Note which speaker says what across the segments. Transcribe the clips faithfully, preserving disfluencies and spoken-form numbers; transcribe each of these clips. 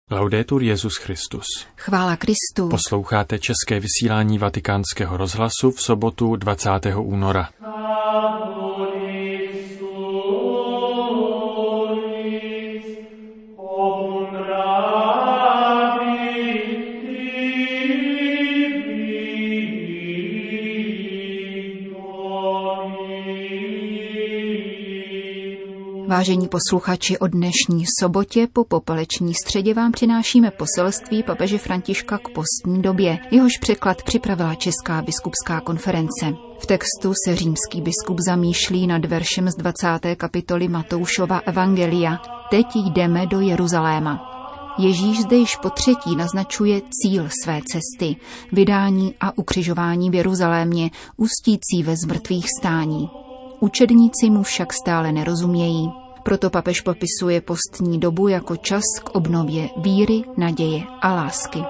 Speaker 1: Laudetur Jesus Christus.
Speaker 2: Chvála Kristu.
Speaker 1: Posloucháte české vysílání Vatikánského rozhlasu v sobotu dvacátého února.
Speaker 2: Vážení posluchači, o dnešní sobotě po popeleční středě vám přinášíme poselství papeže Františka k postní době. Jehož překlad připravila Česká biskupská konference. V textu se římský biskup zamýšlí nad veršem z dvacáté kapitoly Matoušova evangelia. Teď jdeme do Jeruzaléma. Ježíš zde již po třetí naznačuje cíl své cesty, vydání a ukřižování v Jeruzalémě, ústící ve zmrtvýchvstání. Učedníci mu však stále nerozumějí. Proto papež popisuje postní dobu jako čas k obnově víry, naděje a lásky.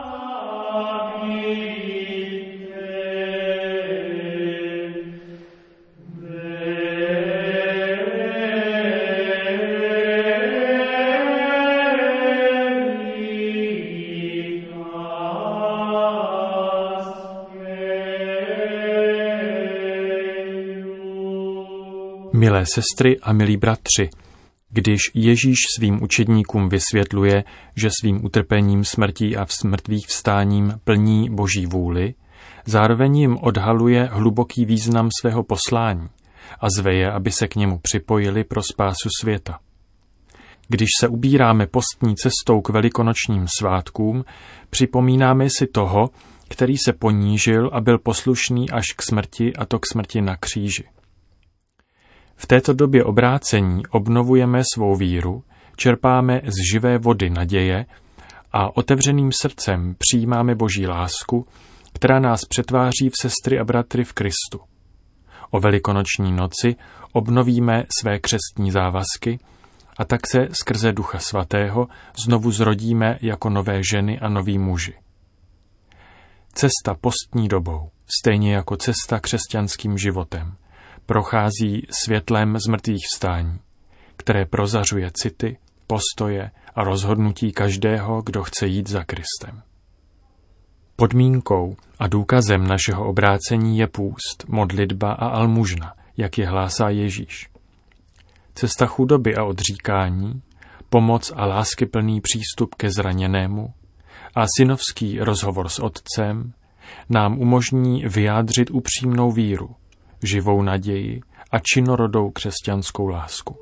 Speaker 1: Milé sestry a milí bratři, když Ježíš svým učedníkům vysvětluje, že svým utrpením, smrtí a smrtvých vstáním plní Boží vůli, zároveň jim odhaluje hluboký význam svého poslání a zve je, aby se k němu připojili pro spásu světa. Když se ubíráme postní cestou k velikonočním svátkům, připomínáme si toho, který se ponížil a byl poslušný až k smrti, a to k smrti na kříži. V této době obrácení obnovujeme svou víru, čerpáme z živé vody naděje a otevřeným srdcem přijímáme Boží lásku, která nás přetváří v sestry a bratry v Kristu. O velikonoční noci obnovíme své křestní závazky a tak se skrze Ducha Svatého znovu zrodíme jako nové ženy a noví muži. Cesta postní dobou, stejně jako cesta křesťanským životem, prochází světlem zmrtvých vstání, které prozařuje city, postoje a rozhodnutí každého, kdo chce jít za Kristem. Podmínkou a důkazem našeho obrácení je půst, modlitba a almužna, jak je hlásá Ježíš. Cesta chudoby a odříkání, pomoc a láskyplný přístup ke zraněnému a synovský rozhovor s Otcem nám umožní vyjádřit upřímnou víru, živou naději a činorodou křesťanskou lásku.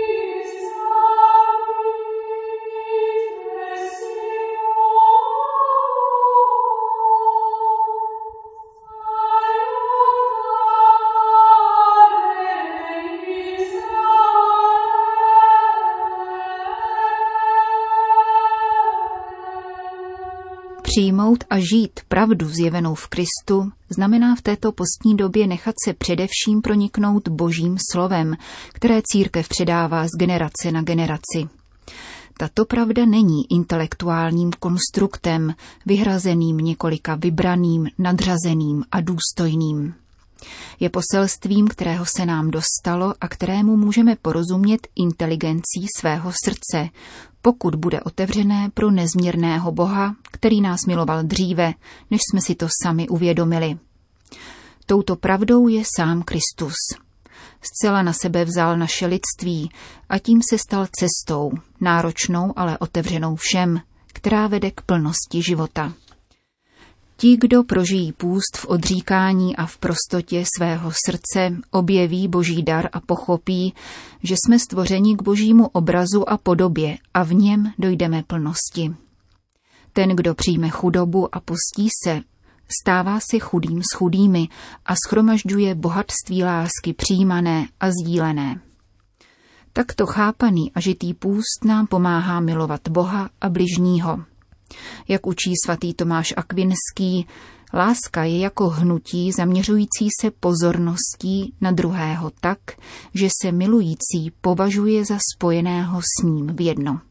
Speaker 2: Přijmout a žít pravdu zjevenou v Kristu znamená v této postní době nechat se především proniknout Božím slovem, které církev předává z generace na generaci. Tato pravda není intelektuálním konstruktem, vyhrazeným několika vybraným, nadřazeným a důstojným. Je poselstvím, kterého se nám dostalo a kterému můžeme porozumět inteligencí svého srdce, pokud bude otevřené pro nezměrného Boha, který nás miloval dříve, než jsme si to sami uvědomili. Touto pravdou je sám Kristus. Zcela na sebe vzal naše lidství a tím se stal cestou, náročnou, ale otevřenou všem, která vede k plnosti života. Ti, kdo prožijí půst v odříkání a v prostotě svého srdce, objeví Boží dar a pochopí, že jsme stvořeni k Božímu obrazu a podobě a v něm dojdeme plnosti. Ten, kdo přijme chudobu a pustí se, stává se chudým s chudými a shromažďuje bohatství lásky přijímané a sdílené. Takto chápaný a žitý půst nám pomáhá milovat Boha a bližního. Jak učí svatý Tomáš Akvinský, láska je jako hnutí zaměřující se pozorností na druhého tak, že se milující považuje za spojeného s ním v jedno.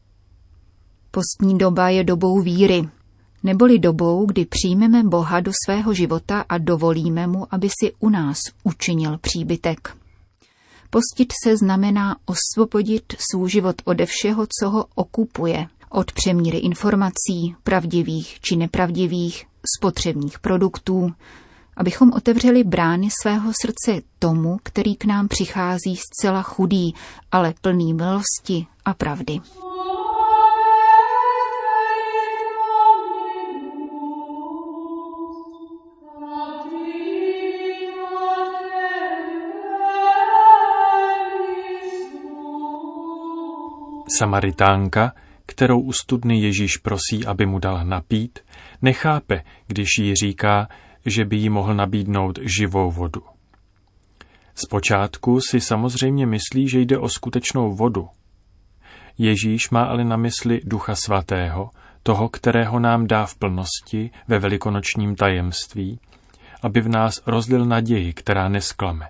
Speaker 2: Postní doba je dobou víry, neboli dobou, kdy přijmeme Boha do svého života a dovolíme mu, aby si u nás učinil příbytek. Postit se znamená osvobodit svůj život ode všeho, co ho okupuje, Od přemíry informací, pravdivých či nepravdivých, spotřebních produktů, abychom otevřeli brány svého srdce tomu, který k nám přichází zcela chudý, ale plný milosti a pravdy.
Speaker 1: Samaritánka, kterou u studny Ježíš prosí, aby mu dal napít, nechápe, když jí říká, že by jí mohl nabídnout živou vodu. Zpočátku si samozřejmě myslí, že jde o skutečnou vodu. Ježíš má ale na mysli Ducha Svatého, toho, kterého nám dá v plnosti ve velikonočním tajemství, aby v nás rozlil naději, která nesklame.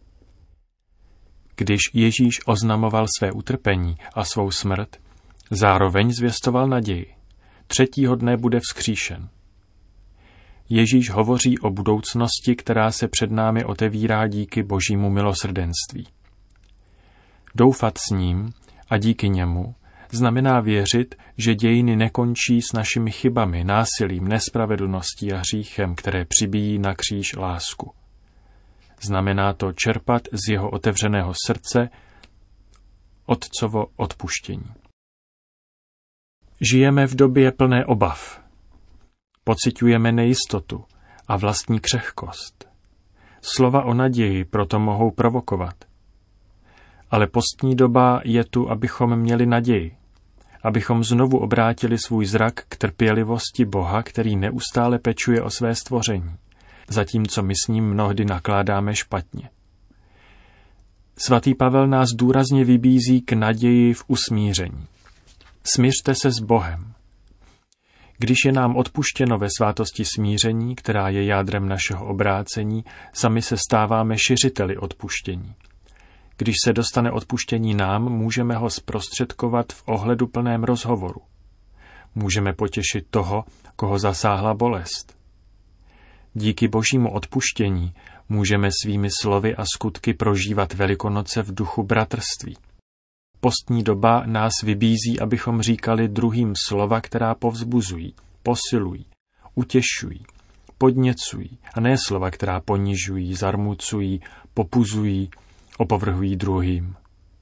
Speaker 1: Když Ježíš oznamoval své utrpení a svou smrt, zároveň zvěstoval naději. Třetího dne bude vzkříšen. Ježíš hovoří o budoucnosti, která se před námi otevírá díky Božímu milosrdenství. Doufat s ním a díky němu znamená věřit, že dějiny nekončí s našimi chybami, násilím, nespravedlností a hříchem, které přibíjí na kříž lásku. Znamená to čerpat z jeho otevřeného srdce Otcovo odpuštění. Žijeme v době plné obav. Pociťujeme nejistotu a vlastní křehkost. Slova o naději proto mohou provokovat. Ale postní doba je tu, abychom měli naději, abychom znovu obrátili svůj zrak k trpělivosti Boha, který neustále pečuje o své stvoření, zatímco my s ním mnohdy nakládáme špatně. Svatý Pavel nás důrazně vybízí k naději v usmíření. Smířte se s Bohem. Když je nám odpuštěno ve svátosti smíření, která je jádrem našeho obrácení, sami se stáváme šiřiteli odpuštění. Když se dostane odpuštění nám, můžeme ho zprostředkovat v ohleduplném rozhovoru. Můžeme potěšit toho, koho zasáhla bolest. Díky Božímu odpuštění můžeme svými slovy a skutky prožívat Velikonoce v duchu bratrství. Postní doba nás vybízí, abychom říkali druhým slova, která povzbuzují, posilují, utěšují, podněcují, a ne slova, která ponižují, zarmucují, popuzují, opovrhují druhým.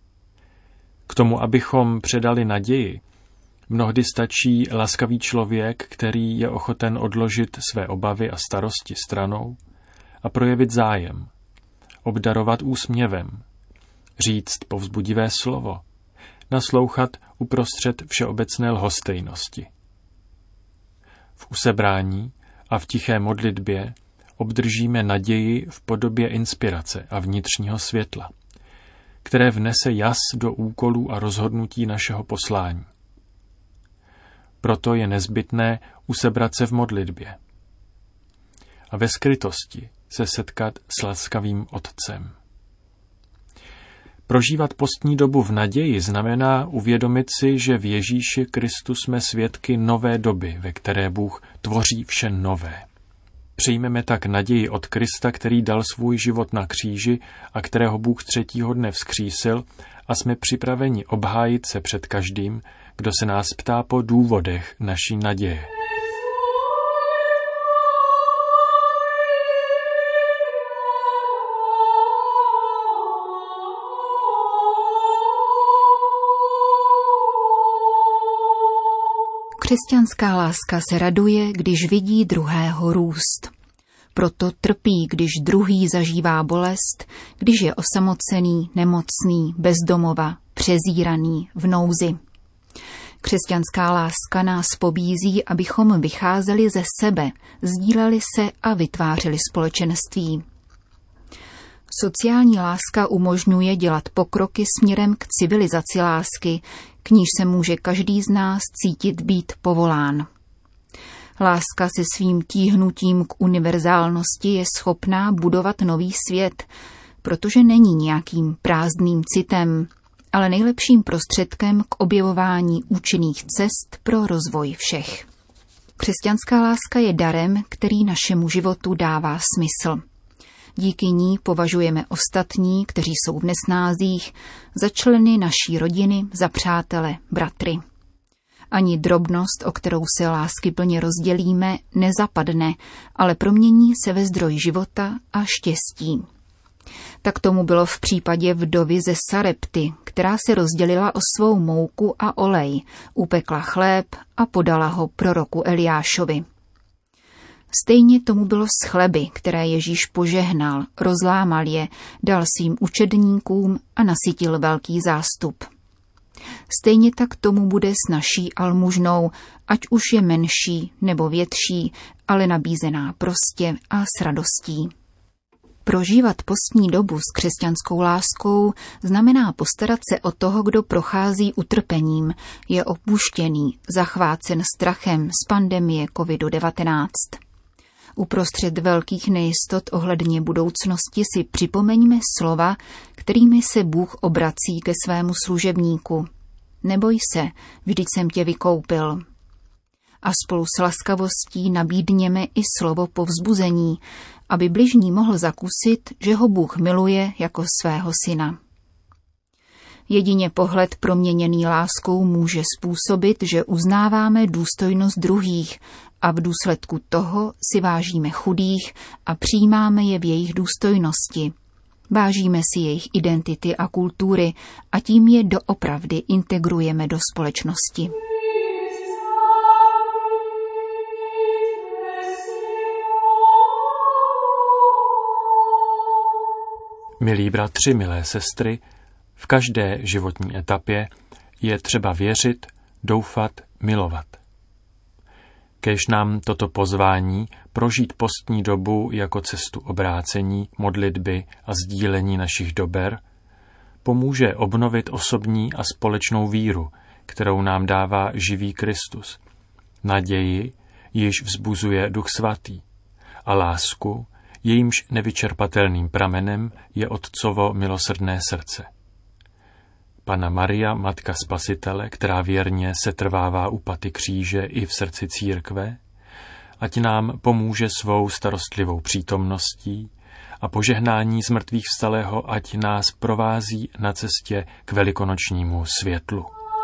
Speaker 1: K tomu, abychom předali naději, mnohdy stačí laskavý člověk, který je ochoten odložit své obavy a starosti stranou a projevit zájem, obdarovat úsměvem, říct povzbudivé slovo, naslouchat uprostřed všeobecné lhostejnosti. V usebrání a v tiché modlitbě obdržíme naději v podobě inspirace a vnitřního světla, které vnese jas do úkolů a rozhodnutí našeho poslání. Proto je nezbytné usebrat se v modlitbě a ve skrytosti se setkat s laskavým Otcem. Prožívat postní dobu v naději znamená uvědomit si, že v Ježíši Kristu jsme svědky nové doby, ve které Bůh tvoří vše nové. Přijmeme tak naději od Krista, který dal svůj život na kříži a kterého Bůh třetího dne vzkřísil, a jsme připraveni obhájit se před každým, kdo se nás ptá po důvodech naší naděje.
Speaker 2: Křesťanská láska se raduje, když vidí druhého růst. Proto trpí, když druhý zažívá bolest, když je osamocený, nemocný, bezdomova, přezíraný, v nouzi. Křesťanská láska nás pobízí, abychom vycházeli ze sebe, sdíleli se a vytvářeli společenství. Sociální láska umožňuje dělat pokroky směrem k civilizaci lásky, k níž se může každý z nás cítit být povolán. Láska se svým tíhnutím k univerzálnosti je schopná budovat nový svět, protože není nějakým prázdným citem, ale nejlepším prostředkem k objevování účinných cest pro rozvoj všech. Křesťanská láska je darem, který našemu životu dává smysl. Díky ní považujeme ostatní, kteří jsou v nesnázích, za členy naší rodiny, za přátele, bratry. Ani drobnost, o kterou se láskyplně rozdělíme, nezapadne, ale promění se ve zdroj života a štěstí. Tak tomu bylo v případě vdovy ze Sarepty, která se rozdělila o svou mouku a olej, upekla chléb a podala ho proroku Eliášovi. Stejně tomu bylo s chleby, které Ježíš požehnal, rozlámal je, dal svým učedníkům a nasytil velký zástup. Stejně tak tomu bude s naší almužnou, ať už je menší nebo větší, ale nabízená prostě a s radostí. Prožívat postní dobu s křesťanskou láskou znamená postarat se o toho, kdo prochází utrpením, je opuštěný, zachvácen strachem z pandemie kovid devatenáct. Uprostřed velkých nejistot ohledně budoucnosti si připomeňme slova, kterými se Bůh obrací ke svému služebníku. Neboj se, vždyť jsem tě vykoupil. A spolu s laskavostí nabídněme i slovo povzbuzení, aby bližní mohl zakusit, že ho Bůh miluje jako svého syna. Jedině pohled proměněný láskou může způsobit, že uznáváme důstojnost druhých a v důsledku toho si vážíme chudých a přijímáme je v jejich důstojnosti. Vážíme si jejich identity a kultury a tím je doopravdy integrujeme do společnosti.
Speaker 1: Milí bratři, milé sestry, v každé životní etapě je třeba věřit, doufat, milovat. Kéž nám toto pozvání prožít postní dobu jako cestu obrácení, modlitby a sdílení našich dober pomůže obnovit osobní a společnou víru, kterou nám dává živý Kristus, naději, již vzbuzuje Duch Svatý, a lásku, jejímž nevyčerpatelným pramenem je Otcovo milosrdné srdce. Panna Maria, Matka Spasitele, která věrně setrvává u paty kříže i v srdci církve, ať nám pomůže svou starostlivou přítomností a požehnání z mrtvých vstalého, ať nás provází na cestě k velikonočnímu světlu.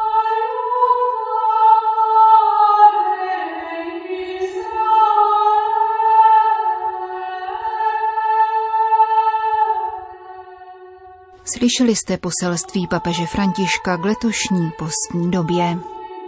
Speaker 2: Slyšeli jste poselství papeže Františka k letošní postní době.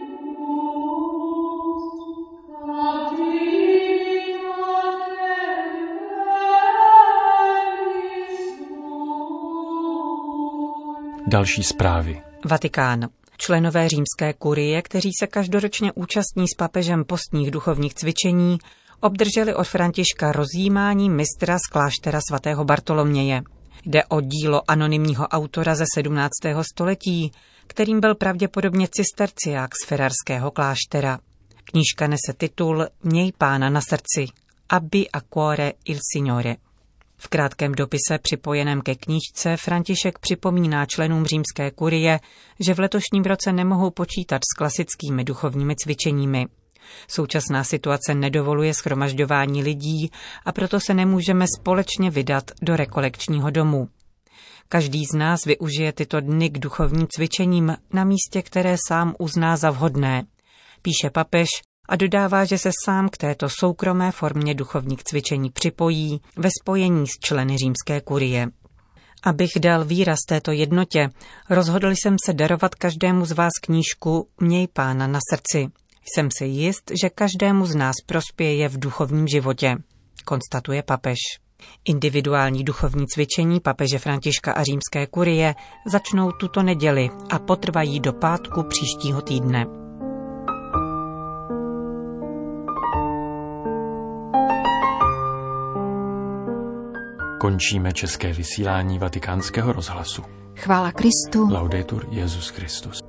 Speaker 1: Další zprávy.
Speaker 3: Vatikán. Členové římské kurie, kteří se každoročně účastní s papežem postních duchovních cvičení, obdrželi od Františka rozjímání mistra z kláštera svatého Bartoloměje. Jde o dílo anonymního autora ze sedmnáctého století, kterým byl pravděpodobně cisterciák z ferrarského kláštera. Knížka nese titul Měj Pána na srdci, Abbi a cuore il Signore. V krátkém dopise připojeném ke knížce František připomíná členům římské kurie, že v letošním roce nemohou počítat s klasickými duchovními cvičeními. Současná situace nedovoluje shromažďování lidí a proto se nemůžeme společně vydat do rekolekčního domu. Každý z nás využije tyto dny k duchovním cvičením na místě, které sám uzná za vhodné, píše papež a dodává, že se sám k této soukromé formě duchovních cvičení připojí ve spojení s členy římské kurie. Abych dal výraz této jednotě, rozhodl jsem se darovat každému z vás knížku Měj Pána na srdci. Jsem si jist, že každému z nás prospěje v duchovním životě, konstatuje papež. Individuální duchovní cvičení papeže Františka a římské kurie začnou tuto neděli a potrvají do pátku příštího týdne.
Speaker 1: Končíme české vysílání Vatikánského rozhlasu.
Speaker 2: Chvála Kristu.
Speaker 1: Laudetur Jesus Christus.